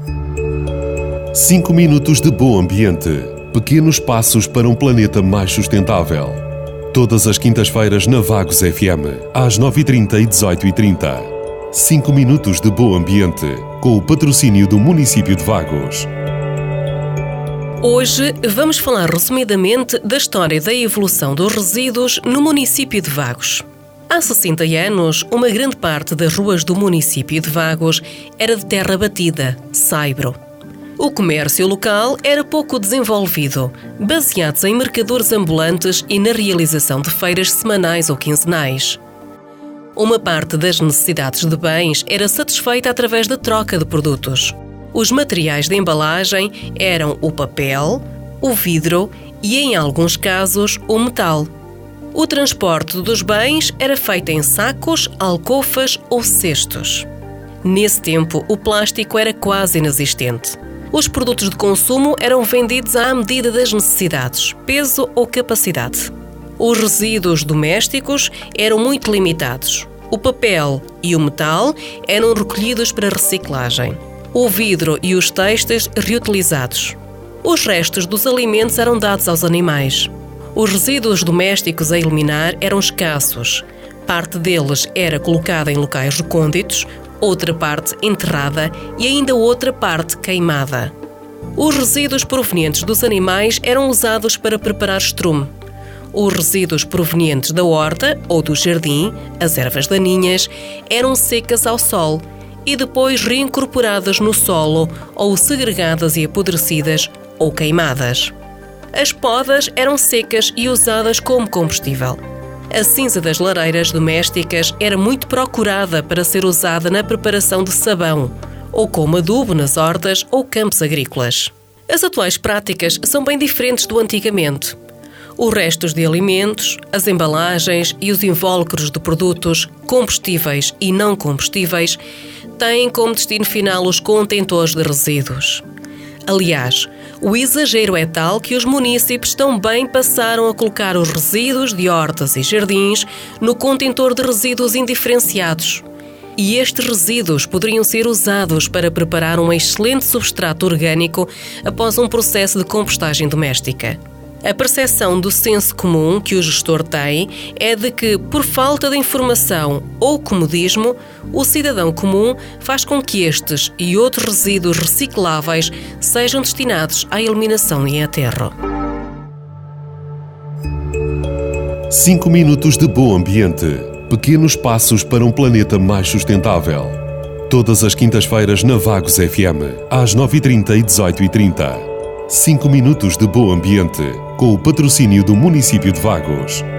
5 minutos de bom ambiente. Pequenos passos para um planeta mais sustentável. Todas as quintas-feiras na Vagos FM, às 9h30 e 18h30. 5 minutos de bom ambiente, com o patrocínio do município de Vagos. Hoje vamos falar resumidamente da história da evolução dos resíduos no município de Vagos. Há 60 anos, uma grande parte das ruas do município de Vagos era de terra batida, saibro. O comércio local era pouco desenvolvido, baseados em mercadores ambulantes e na realização de feiras semanais ou quinzenais. Uma parte das necessidades de bens era satisfeita através da troca de produtos. Os materiais de embalagem eram o papel, o vidro e, em alguns casos, o metal. O transporte dos bens era feito em sacos, alcofas ou cestos. Nesse tempo, o plástico era quase inexistente. Os produtos de consumo eram vendidos à medida das necessidades, peso ou capacidade. Os resíduos domésticos eram muito limitados. O papel e o metal eram recolhidos para reciclagem. O vidro e os têxteis reutilizados. Os restos dos alimentos eram dados aos animais. Os resíduos domésticos a eliminar eram escassos. Parte deles era colocada em locais recônditos, outra parte enterrada e ainda outra parte queimada. Os resíduos provenientes dos animais eram usados para preparar estrume. Os resíduos provenientes da horta ou do jardim, as ervas daninhas, eram secas ao sol e depois reincorporadas no solo ou segregadas e apodrecidas ou queimadas. As podas eram secas e usadas como combustível. A cinza das lareiras domésticas era muito procurada para ser usada na preparação de sabão ou como adubo nas hortas ou campos agrícolas. As atuais práticas são bem diferentes do antigamente. Os restos de alimentos, as embalagens e os invólucros de produtos combustíveis e não combustíveis têm como destino final os contentores de resíduos. Aliás, o exagero é tal que os munícipes também passaram a colocar os resíduos de hortas e jardins no contentor de resíduos indiferenciados. E estes resíduos poderiam ser usados para preparar um excelente substrato orgânico após um processo de compostagem doméstica. A percepção do senso comum que o gestor tem é de que, por falta de informação ou comodismo, o cidadão comum faz com que estes e outros resíduos recicláveis sejam destinados à eliminação em aterro. 5 minutos de bom ambiente. Pequenos passos para um planeta mais sustentável. Todas as quintas-feiras na Vagos FM, às 9h30 e 18h30. 5 minutos de bom ambiente, com o patrocínio do município de Vagos.